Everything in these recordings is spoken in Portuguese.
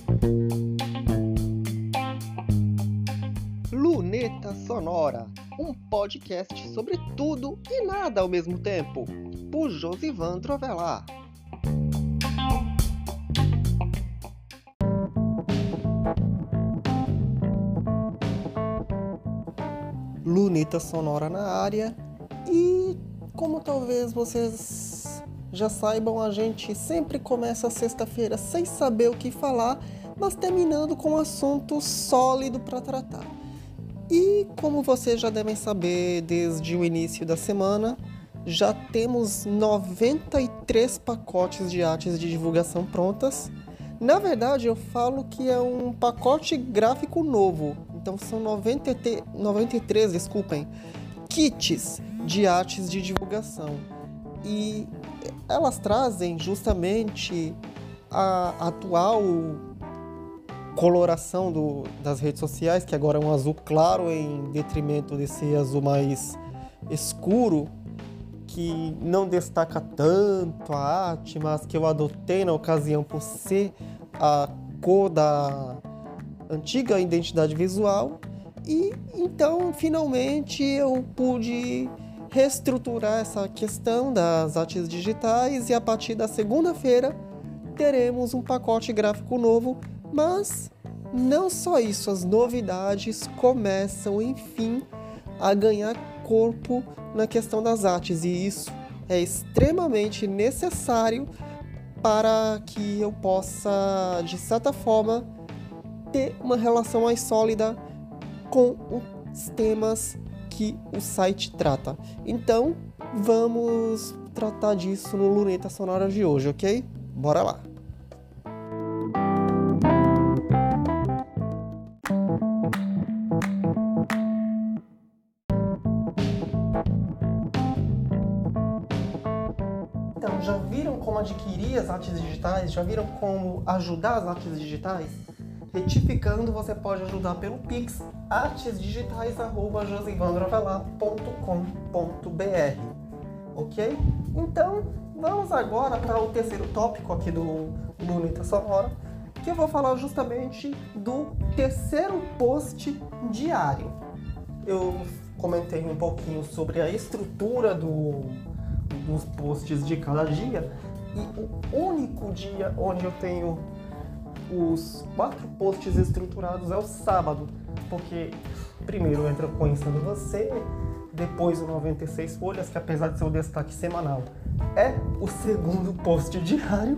Luneta Sonora, um podcast sobre tudo e nada ao mesmo tempo, por Josivan Trovelar. Luneta Sonora na área, e como talvez vocês já saibam, a gente sempre começa a sexta-feira sem saber o que falar, mas terminando com um assunto sólido para tratar. E como vocês já devem saber, desde o início da semana, já temos 93 pacotes de artes de divulgação prontas. Na verdade, eu falo que é um pacote gráfico novo. Então são 93, kits de artes de divulgação. E elas trazem justamente a atual coloração das redes sociais, que agora é um azul claro em detrimento desse azul mais escuro, que não destaca tanto a arte, mas que eu adotei na ocasião por ser a cor da antiga identidade visual. E então, finalmente, eu pude reestruturar essa questão das artes digitais, e a partir da segunda-feira teremos um pacote gráfico novo. Mas não só isso, as novidades começam, enfim, a ganhar corpo na questão das artes, e isso é extremamente necessário para que eu possa, de certa forma, ter uma relação mais sólida com os temas que o site trata. Então, vamos tratar disso no Luneta Sonora de hoje, ok? Bora lá! Então, já viram como adquirir as artes digitais? Já viram como ajudar as artes digitais? Retificando, você pode ajudar pelo Pix artesdigitais@josivandrovelar.com.br, ok? Então, vamos agora para o terceiro tópico aqui do Luneta Sonora, que eu vou falar justamente do terceiro post diário. Eu comentei um pouquinho sobre a estrutura dos posts de cada dia, e o único dia onde eu tenho os 4 posts estruturados é o sábado, porque primeiro entra Conhecendo Você, depois o 96 Folhas, que apesar de ser o destaque semanal, é o segundo post diário,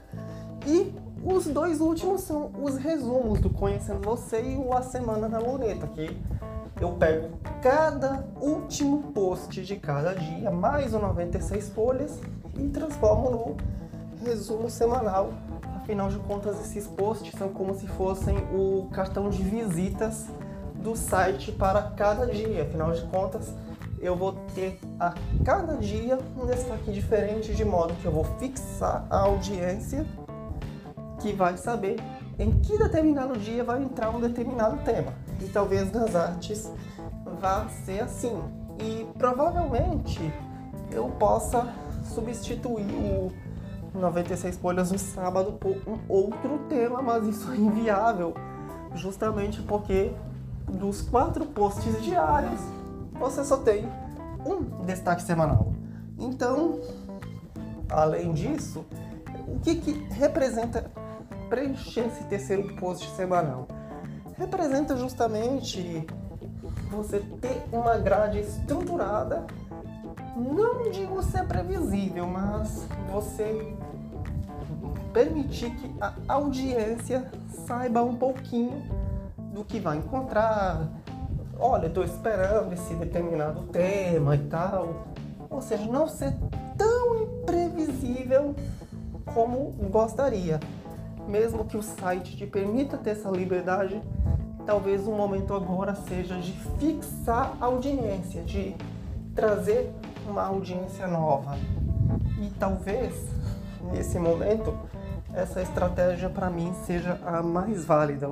e os 2 últimos são os resumos do Conhecendo Você e o A Semana na Luneta, que eu pego cada último post de cada dia, mais o 96 Folhas, e transformo no resumo semanal. Afinal de contas, esses posts são como se fossem o cartão de visitas do site para cada dia. Afinal de contas, eu vou ter a cada dia um destaque diferente, de modo que eu vou fixar a audiência que vai saber em que determinado dia vai entrar um determinado tema. E talvez nas artes vá ser assim. E provavelmente eu possa substituir o 96 Folhas no sábado por um outro tema, mas isso é inviável, justamente porque dos 4 posts diários você só tem um destaque semanal. Então, além disso, o que representa preencher esse terceiro post semanal? Representa justamente você ter uma grade estruturada. Não digo ser previsível, mas você permitir que a audiência saiba um pouquinho do que vai encontrar. Olha, estou esperando esse determinado tema e tal. Ou seja, não ser tão imprevisível como gostaria. Mesmo que o site te permita ter essa liberdade, talvez o momento agora seja de fixar a audiência, de trazer uma audiência nova. E talvez, nesse momento, essa estratégia para mim seja a mais válida,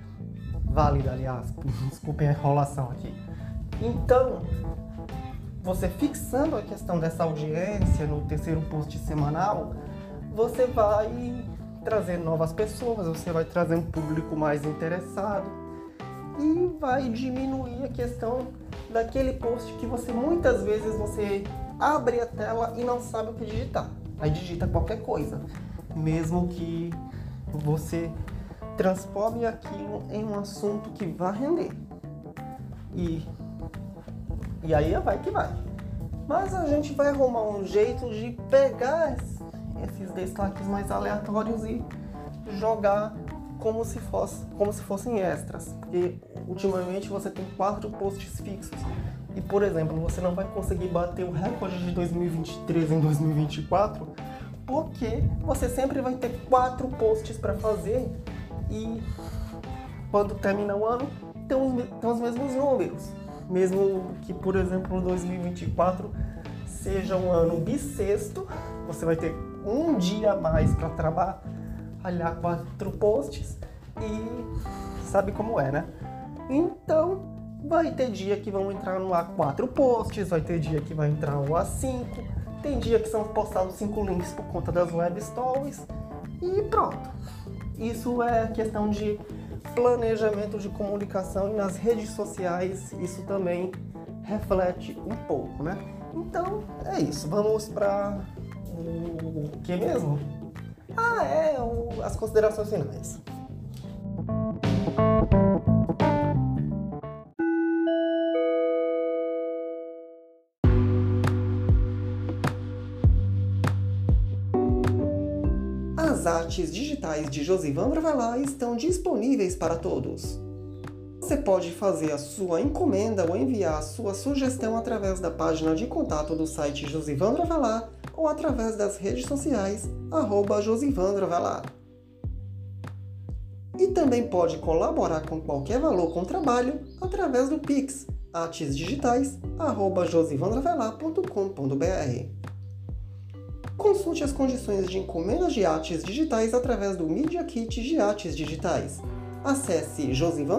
aliás, desculpem a enrolação aqui. Então, você fixando a questão dessa audiência no terceiro post semanal, você vai trazer novas pessoas, você vai trazer um público mais interessado e vai diminuir a questão daquele post que você muitas vezes você abre a tela e não sabe o que digitar. Aí digita qualquer coisa, mesmo que você transforme aquilo em um assunto que vai render. E aí vai que vai. Mas a gente vai arrumar um jeito de pegar esses destaques mais aleatórios e jogar como se fossem extras. Porque ultimamente você tem 4 posts fixos. E, por exemplo, você não vai conseguir bater o recorde de 2023 em 2024, porque você sempre vai ter 4 posts para fazer e quando termina o ano tem os mesmos números. Mesmo que, por exemplo, 2024 seja um ano bissexto, você vai ter um dia a mais para trabalhar 4 posts e sabe como é, né? Então, vai ter dia que vão entrar no A4 posts, vai ter dia que vai entrar no A5, tem dia que são postados 5 links por conta das web stories e pronto. Isso é questão de planejamento de comunicação e nas redes sociais isso também reflete um pouco, né? Então é isso, vamos para o que mesmo? As considerações finais. As artes digitais de Josivandro Avelar estão disponíveis para todos. Você pode fazer a sua encomenda ou enviar a sua sugestão através da página de contato do site Josivandro Avelar ou através das redes sociais @Josivandro Avelar. E também pode colaborar com qualquer valor com o trabalho através do Pix artesdigitais@josivandroavelar.com.br. Consulte as condições de encomendas de artes digitais através do Media Kit de Artes Digitais. Acesse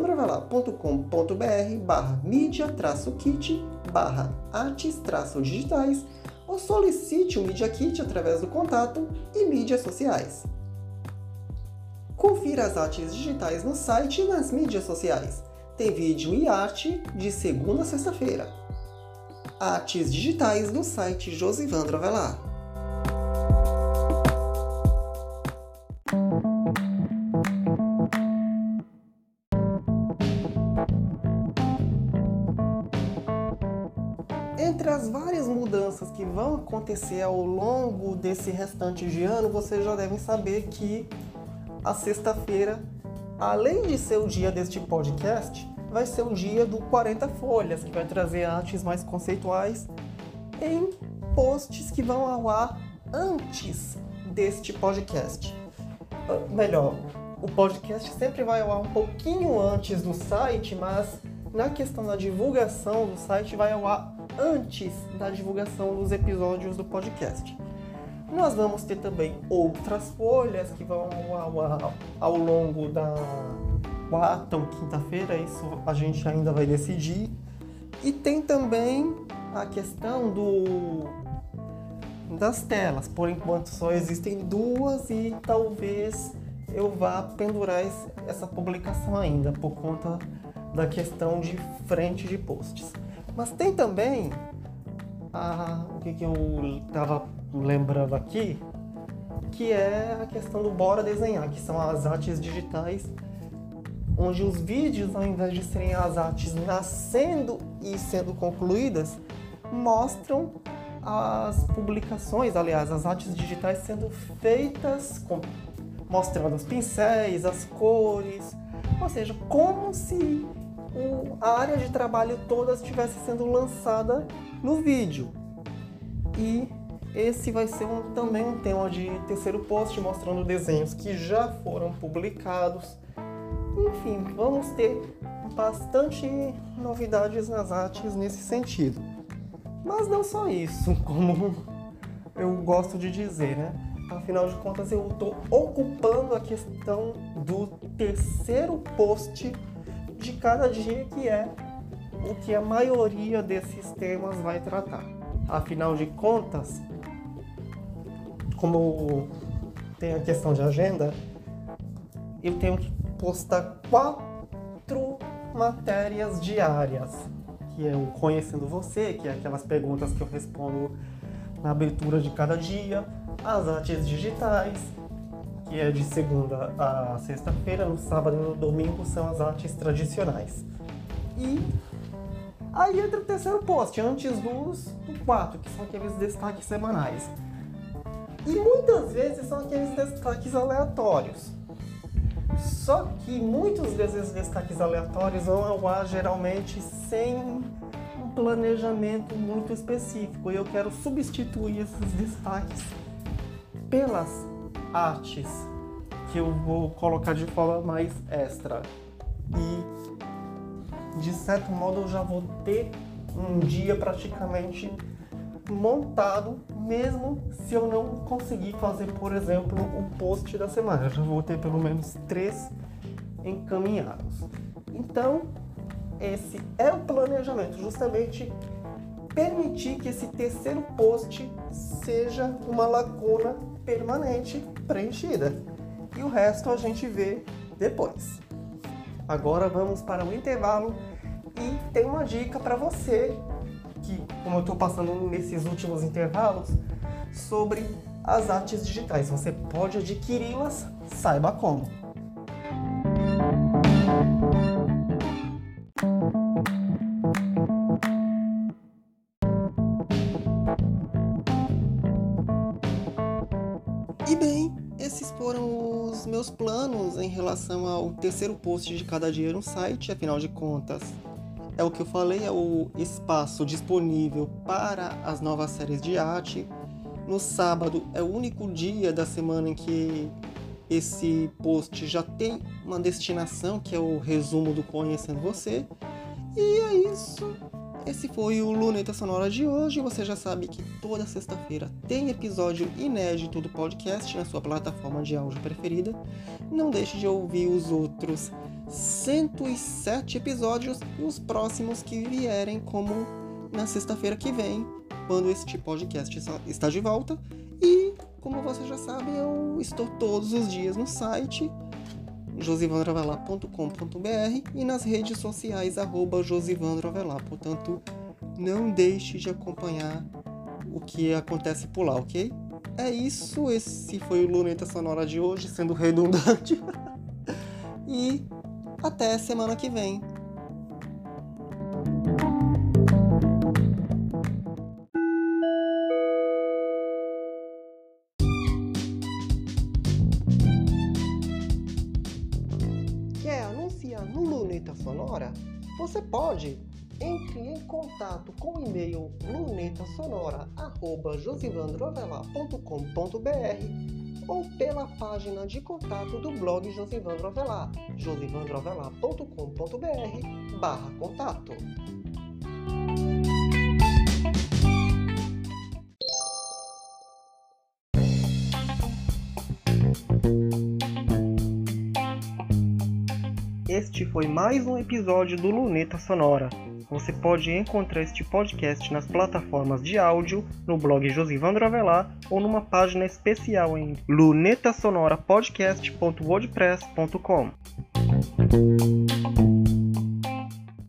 josivandroavelar.com.br/media-kit/artes-digitais ou solicite o Media Kit através do contato e mídias sociais. Confira as artes digitais no site e nas mídias sociais. Tem vídeo e arte de segunda a sexta-feira. Artes digitais no site Josivandro Avelar. Entre as várias mudanças que vão acontecer ao longo desse restante de ano, vocês já devem saber que a sexta-feira, além de ser o dia deste podcast, vai ser o dia do 40 Folhas, que vai trazer artes mais conceituais em posts que vão ao ar antes deste podcast. Melhor, o podcast sempre vai ao ar um pouquinho antes do site, mas na questão da divulgação do site vai ao ar antes da divulgação dos episódios do podcast. Nós vamos ter também outras folhas que vão ao longo da quarta ou quinta-feira, isso a gente ainda vai decidir. E tem também a questão das telas. Por enquanto só existem 2 e talvez eu vá pendurar essa publicação ainda por conta da questão de frente de posts. Mas tem também o que eu estava lembrando aqui, que é a questão do Bora Desenhar, que são as artes digitais, onde os vídeos, ao invés de serem as artes nascendo e sendo concluídas, mostram as publicações, aliás, as artes digitais sendo feitas, mostrando os pincéis, as cores, ou seja, como se a área de trabalho toda estivesse sendo lançada no vídeo. E esse vai ser também um tema de terceiro post, mostrando desenhos que já foram publicados. Enfim, vamos ter bastante novidades nas artes nesse sentido. Mas não só isso, como eu gosto de dizer, né? Afinal de contas, eu estou ocupando a questão do terceiro post de cada dia, que é o que a maioria desses temas vai tratar. Afinal de contas, como tem a questão de agenda, eu tenho que postar 4 matérias diárias, que é o Conhecendo Você, que é aquelas perguntas que eu respondo na abertura de cada dia, as artes digitais, que é de segunda a sexta-feira, no sábado e no domingo são as artes tradicionais. E aí entra o terceiro post, antes do 4, que são aqueles destaques semanais. E muitas vezes são aqueles destaques aleatórios. Só que muitos desses destaques aleatórios vão ao ar geralmente sem um planejamento muito específico. E eu quero substituir esses destaques pelas artes, que eu vou colocar de forma mais extra. E, de certo modo, eu já vou ter um dia praticamente montado, mesmo se eu não conseguir fazer, por exemplo, o post da semana. Eu já vou ter pelo menos 3 encaminhados. Então, esse é o planejamento, justamente permitir que esse terceiro post seja uma lacuna permanente preenchida. E o resto a gente vê depois. Agora vamos para o intervalo e tem uma dica para você que, como eu estou passando nesses últimos intervalos, sobre as artes digitais. Você pode adquiri-las, saiba como. E bem, esses foram os meus planos em relação ao terceiro post de cada dia no site. Afinal de contas, é o que eu falei, é o espaço disponível para as novas séries de arte. No sábado é o único dia da semana em que esse post já tem uma destinação, que é o resumo do Conhecendo Você. E é isso. Esse foi o Luneta Sonora de hoje. Você já sabe que toda sexta-feira tem episódio inédito do podcast na sua plataforma de áudio preferida. Não deixe de ouvir os outros 107 episódios e os próximos que vierem, como na sexta-feira que vem, quando este podcast está de volta. E, como vocês já sabem, eu estou todos os dias no site josivandroavelar.com.br e nas redes sociais @josivandroavelar. Portanto, não deixe de acompanhar o que acontece por lá, ok? É isso, esse foi o Luneta Sonora de hoje, sendo redundante. E até semana que vem. Quer anunciar no Luneta Sonora? Você pode! Entre em contato com o e-mail lunetasonora@josivandroavelar.com.br ou pela página de contato do blog Josivandro Avelar, josivandroavelar.com.br/contato. Este foi mais um episódio do Luneta Sonora. Você pode encontrar este podcast nas plataformas de áudio, no blog Josivandro Avelar ou numa página especial em lunetasonorapodcast.wordpress.com.